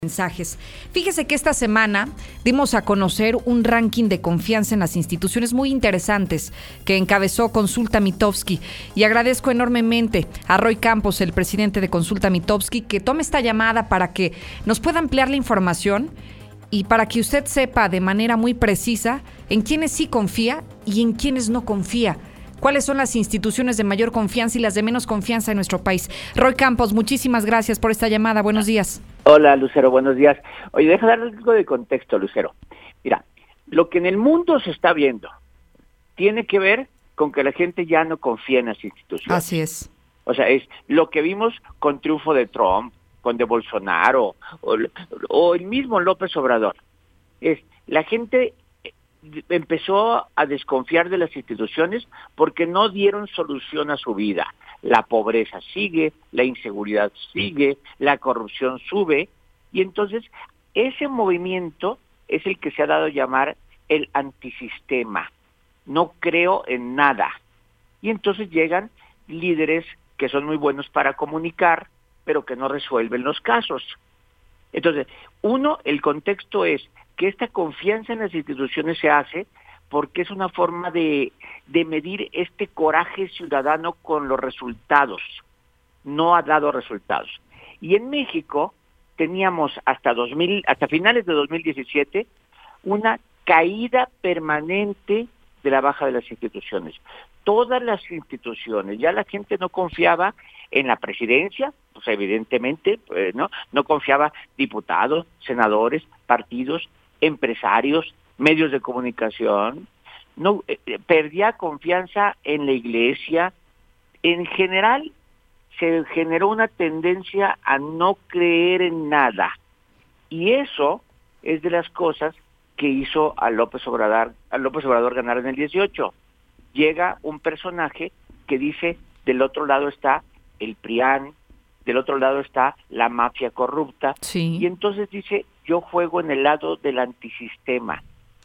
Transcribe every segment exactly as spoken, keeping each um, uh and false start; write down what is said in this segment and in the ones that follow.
Mensajes. Fíjese que esta semana dimos a conocer un ranking de confianza en las instituciones muy interesantes que encabezó Consulta Mitofsky, y agradezco enormemente a Roy Campos, el presidente de Consulta Mitofsky, que tome esta llamada para que nos pueda ampliar la información y para que usted sepa de manera muy precisa en quiénes sí confía y en quiénes no confía. ¿Cuáles son las instituciones de mayor confianza y las de menos confianza en nuestro país? Roy Campos, muchísimas gracias por esta llamada. Buenos días. Hola, Lucero, buenos días. Oye, deja dar algo de contexto, Lucero. Mira, lo que en el mundo se está viendo tiene que ver con que la gente ya no confía en las instituciones. Así es. O sea, es lo que vimos con triunfo de Trump, con de Bolsonaro, o, o el mismo López Obrador. Es la gente empezó a desconfiar de las instituciones porque no dieron solución a su vida. La pobreza sigue, la inseguridad sigue, la corrupción sube, y entonces ese movimiento es el que se ha dado a llamar el antisistema. No creo en nada. Y entonces llegan líderes que son muy buenos para comunicar, pero que no resuelven los casos. Entonces, uno, el contexto es que esta confianza en las instituciones se hace porque es una forma de, de medir este coraje ciudadano con los resultados. No ha dado resultados. Y en México teníamos hasta dos mil, hasta finales de dos mil diecisiete una caída permanente de la baja de las instituciones. Todas las instituciones, ya la gente no confiaba en la presidencia, pues evidentemente, pues, no, no confiaba diputados, senadores, partidos, empresarios, medios de comunicación, no eh, perdía confianza en la iglesia. En general se generó una tendencia a no creer en nada, y eso es de las cosas que hizo a López Obrador, a López Obrador ganar en el dieciocho. Llega un personaje que dice, del otro lado está el PRIAN, del otro lado está la mafia corrupta, sí. Y entonces dice, yo juego en el lado del antisistema,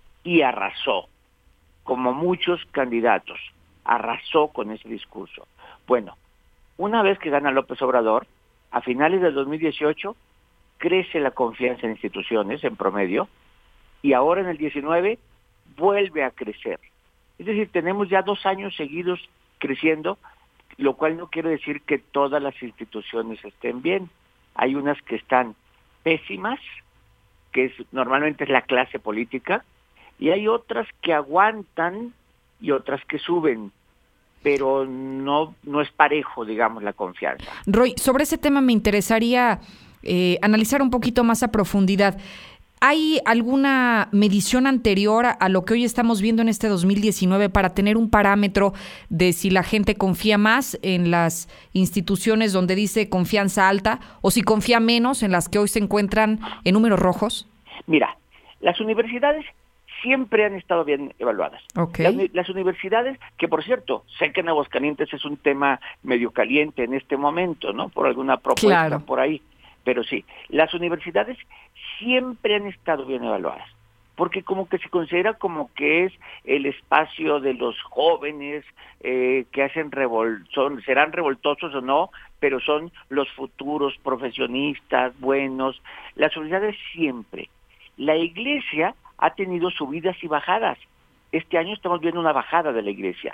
y arrasó, como muchos candidatos, arrasó con ese discurso. Bueno, una vez que gana López Obrador, a finales del dos mil dieciocho, crece la confianza en instituciones en promedio, y ahora en el diecinueve vuelve a crecer. Es decir, tenemos ya dos años seguidos creciendo, lo cual no quiere decir que todas las instituciones estén bien. Hay unas que están pésimas, que es normalmente es la clase política, y hay otras que aguantan y otras que suben, pero no, no es parejo, digamos, la confianza. Roy, sobre ese tema me interesaría eh, analizar un poquito más a profundidad. ¿Hay alguna medición anterior a lo que hoy estamos viendo en este dos mil diecinueve para tener un parámetro de si la gente confía más en las instituciones donde dice confianza alta o si confía menos en las que hoy se encuentran en números rojos? Mira, las universidades siempre han estado bien evaluadas. Okay. Las, las universidades, que por cierto, sé que en Aguascalientes es un tema medio caliente en este momento, ¿no? Por alguna propuesta claro. por ahí. Pero sí, las universidades siempre han estado bien evaluadas, porque como que se considera como que es el espacio de los jóvenes eh, que hacen revol son, serán revoltosos o no, pero son los futuros profesionistas buenos. Las universidades siempre. La iglesia ha tenido subidas y bajadas. Este año estamos viendo una bajada de la iglesia.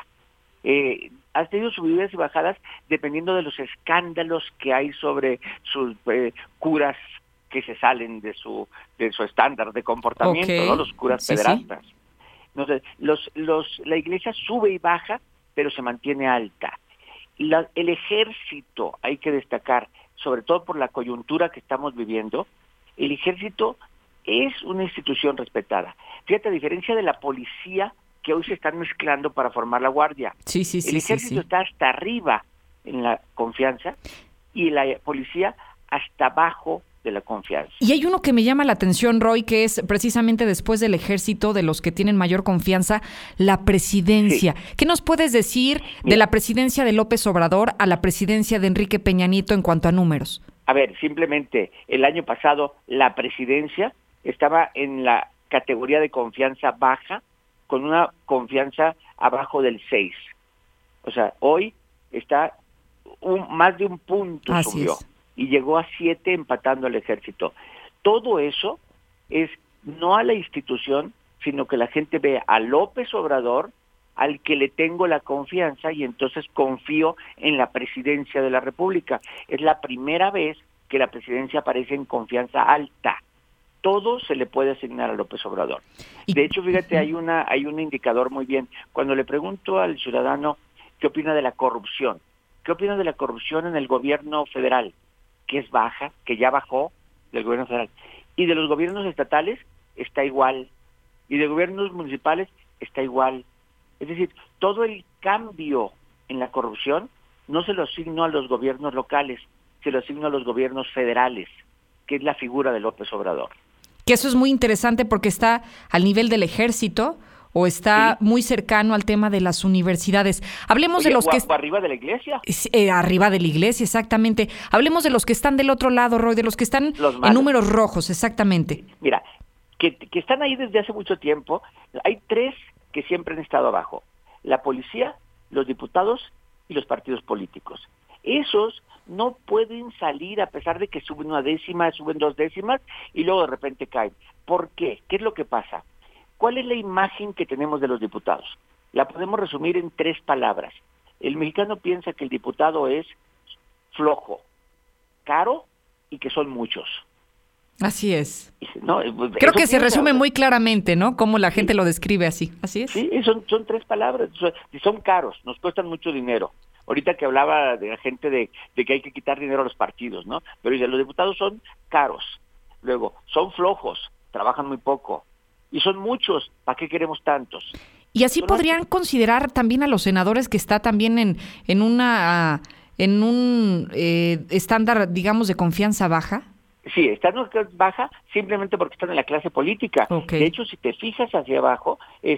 Eh, ha tenido subidas y bajadas dependiendo de los escándalos que hay sobre sus eh, curas que se salen de su de su estándar de comportamiento, okay. ¿no? Los curas sí, pederastas. Sí. Entonces, los, los, la iglesia sube y baja, pero se mantiene alta. La, el ejército, hay que destacar, sobre todo por la coyuntura que estamos viviendo, el ejército es una institución respetada. Fíjate, a diferencia de la policía, que hoy se están mezclando para formar la guardia. Sí, sí, sí, el ejército sí, sí. está hasta arriba en la confianza y la policía hasta abajo de la confianza. Y hay uno que me llama la atención, Roy, que es precisamente después del ejército, de los que tienen mayor confianza, la presidencia. Sí. ¿Qué nos puedes decir Mira, de la presidencia de López Obrador a la presidencia de Enrique Peña Nieto en cuanto a números? A ver, simplemente el año pasado la presidencia estaba en la categoría de confianza baja, con una confianza abajo del seis. O sea, hoy está un, más de un punto Así subió es. y llegó a siete empatando al ejército. todo eso es no a la institución, sino que la gente ve a López Obrador, al que le tengo la confianza, y entonces confío en la presidencia de la República. Es la primera vez que la presidencia aparece en confianza alta. Todo se le puede asignar a López Obrador. De hecho, fíjate, hay una hay un indicador muy bien. Cuando le pregunto al ciudadano qué opina de la corrupción, qué opina de la corrupción en el gobierno federal, que es baja, que ya bajó del gobierno federal, y de los gobiernos estatales está igual, y de gobiernos municipales está igual. Es decir, todo el cambio en la corrupción no se lo asigno a los gobiernos locales, se lo asigno a los gobiernos federales, que es la figura de López Obrador. Que eso es muy interesante porque está al nivel del ejército o está sí. muy cercano al tema de las universidades. Hablemos Oye, de los o, que... O arriba de la iglesia. Eh, arriba de la iglesia, exactamente. Hablemos de los que están del otro lado, Roy, de los que están en números rojos, exactamente. Mira, que, que están ahí desde hace mucho tiempo. Hay tres que siempre han estado abajo: la policía, los diputados y los partidos políticos. Esos no pueden salir a pesar de que suben una décima, suben dos décimas y luego de repente caen. ¿Por qué? ¿Qué es lo que pasa? ¿Cuál es la imagen que tenemos de los diputados? La podemos resumir en tres palabras. El mexicano piensa que el diputado es flojo, caro y que son muchos. Así es. No, Creo que se resume muy claramente, ¿no? Cómo la gente sí. lo describe así. Así es. Sí, son, son tres palabras. Son, son caros, nos cuestan mucho dinero. Ahorita que hablaba de la gente de, de que hay que quitar dinero a los partidos, ¿no? Pero dice, los diputados son caros. Luego, son flojos, trabajan muy poco. Y son muchos, ¿para qué queremos tantos? Y así son podrían los... considerar también a los senadores que está también en, en una en un eh, estándar, digamos, de confianza baja. Sí, están en baja simplemente porque están en la clase política. Okay. De hecho, si te fijas hacia abajo, es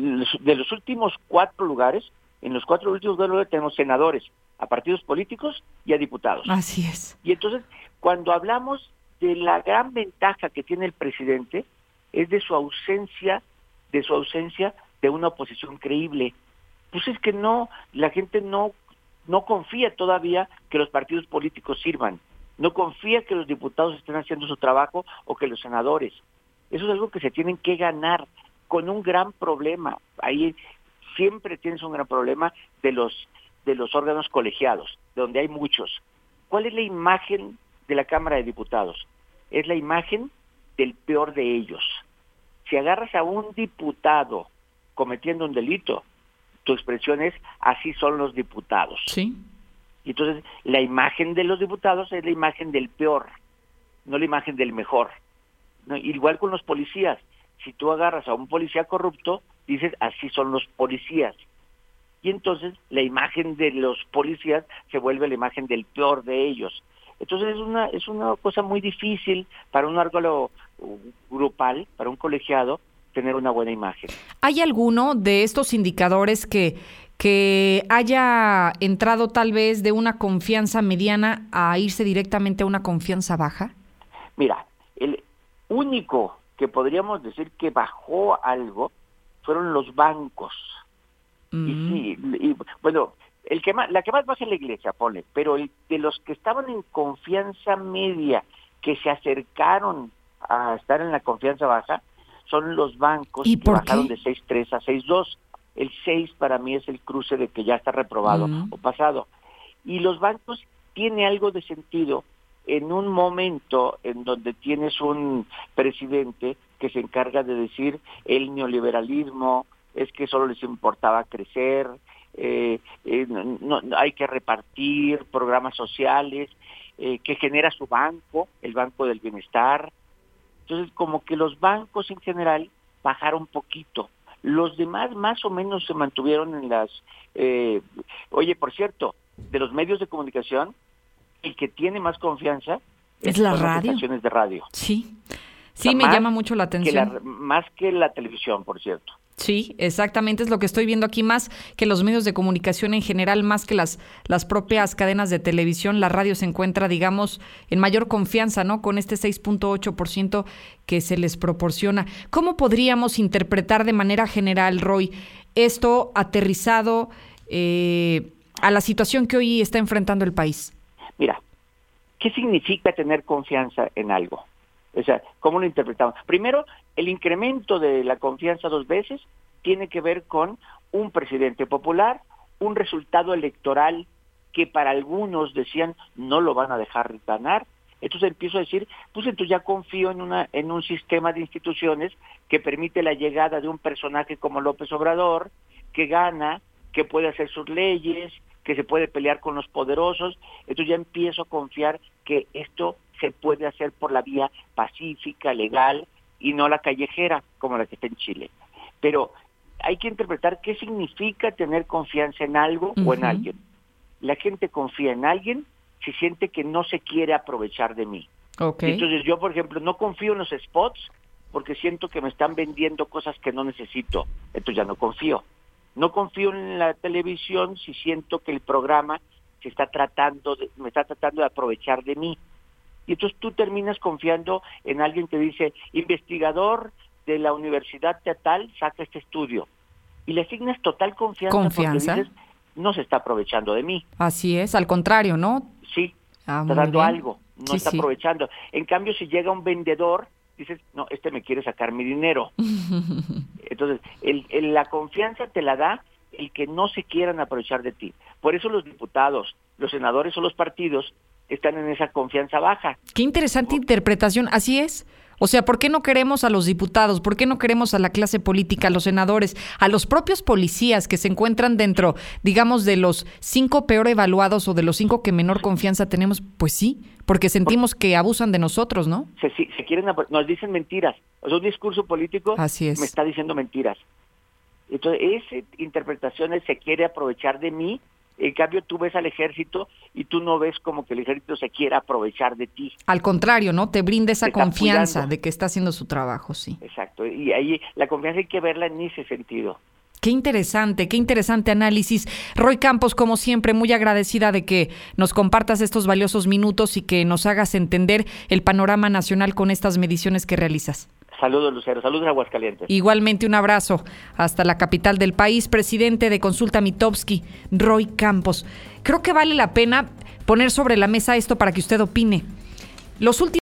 de los últimos cuatro lugares, en los cuatro últimos lugares tenemos senadores, a partidos políticos y a diputados. Así es. Y entonces, cuando hablamos de la gran ventaja que tiene el presidente, es de su ausencia, de su ausencia de una oposición creíble. Pues es que no, la gente no, no confía todavía que los partidos políticos sirvan. No confía que los diputados estén haciendo su trabajo o que los senadores. Eso es algo que se tienen que ganar con un gran problema. Ahí siempre tienes un gran problema de los de los órganos colegiados, de donde hay muchos. ¿Cuál es la imagen de la Cámara de Diputados? Es la imagen del peor de ellos. Si agarras a un diputado cometiendo un delito, tu expresión es: así son los diputados. Sí. Y entonces la imagen de los diputados es la imagen del peor, no la imagen del mejor. ¿No? Igual con los policías. Si tú agarras a un policía corrupto, dices: así son los policías. Y entonces la imagen de los policías se vuelve la imagen del peor de ellos. Entonces es una es una cosa muy difícil para un órgano grupal, para un colegiado, tener una buena imagen. ¿Hay alguno de estos indicadores que que haya entrado tal vez de una confianza mediana a irse directamente a una confianza baja? Mira, el único que podríamos decir que bajó algo fueron los bancos. Mm. Y sí, y, bueno, el que más, la que más baja es la iglesia, ponle, pero el, de los que estaban en confianza media, que se acercaron a estar en la confianza baja, son los bancos que bajaron qué? de seis tres a seis dos. El seis para mí es el cruce de que ya está reprobado mm. o pasado. Y los bancos tiene algo de sentido en un momento en donde tienes un presidente que se encarga de decir el neoliberalismo es que solo les importaba crecer, eh, eh, no, no, hay que repartir programas sociales, eh, que genera su banco, el Banco del Bienestar. Entonces, como que los bancos en general bajaron un poquito. Los demás más o menos se mantuvieron en las... Eh, oye, por cierto, de los medios de comunicación, el que tiene más confianza es la radio. Las estaciones de radio. Sí, sí, o sea, me llama mucho la atención. Que la, más que la televisión, por cierto. Sí, exactamente, es lo que estoy viendo aquí, más que los medios de comunicación en general, más que las, las propias cadenas de televisión. La radio se encuentra, digamos, en mayor confianza, ¿no? Con este seis punto ocho por ciento que se les proporciona. ¿Cómo podríamos interpretar de manera general, Roy, esto aterrizado eh, a la situación que hoy está enfrentando el país? Mira, ¿qué significa tener confianza en algo? O sea, ¿cómo lo interpretamos? Primero, el incremento de la confianza dos veces tiene que ver con un presidente popular, un resultado electoral que para algunos decían no lo van a dejar ganar. Entonces empiezo a decir, pues entonces ya confío en una en un sistema de instituciones que permite la llegada de un personaje como López Obrador, que gana, que puede hacer sus leyes, que se puede pelear con los poderosos. Entonces ya empiezo a confiar que esto se puede hacer por la vía pacífica, legal, y no la callejera, como la que está en Chile. Pero hay que interpretar qué significa tener confianza en algo uh-huh. o en alguien. La gente confía en alguien si siente que no se quiere aprovechar de mí. Okay. Entonces yo, por ejemplo, no confío en los spots porque siento que me están vendiendo cosas que no necesito. Entonces ya no confío. No confío en la televisión si siento que el programa se está tratando de, me está tratando de aprovechar de mí. Y entonces tú terminas confiando en alguien que dice, investigador de la Universidad Teatal saca este estudio. Y le asignas total confianza, confianza. porque dices, no se está aprovechando de mí. Así es, al contrario, ¿no? Sí, ah, está dando bien. algo, no sí, está sí. aprovechando. En cambio, si llega un vendedor, dices, no, este me quiere sacar mi dinero. Entonces, el, el, la confianza te la da el que no se quieran aprovechar de ti. Por eso los diputados, los senadores o los partidos están en esa confianza baja. Qué interesante interpretación, así es. O sea, ¿por qué no queremos a los diputados? ¿Por qué no queremos a la clase política, a los senadores, a los propios policías que se encuentran dentro, digamos, de los cinco peor evaluados o de los cinco que menor confianza tenemos? Pues sí, porque sentimos que abusan de nosotros, ¿no? Se, se quieren, nos dicen mentiras. O sea, un discurso político así es. Me está diciendo mentiras. Entonces, esa interpretación es, se quiere aprovechar de mí. En cambio, tú ves al ejército y tú no ves como que el ejército se quiera aprovechar de ti. Al contrario, ¿no? Te brinda esa Te confianza de que está haciendo su trabajo, sí. Exacto. Y ahí la confianza hay que verla en ese sentido. Qué interesante, qué interesante análisis. Roy Campos, como siempre, muy agradecida de que nos compartas estos valiosos minutos y que nos hagas entender el panorama nacional con estas mediciones que realizas. Saludos, Lucero. Saludos, Aguascalientes. Igualmente, un abrazo hasta la capital del país. Presidente de Consulta Mitofsky, Roy Campos. Creo que vale la pena poner sobre la mesa esto para que usted opine. Los últimos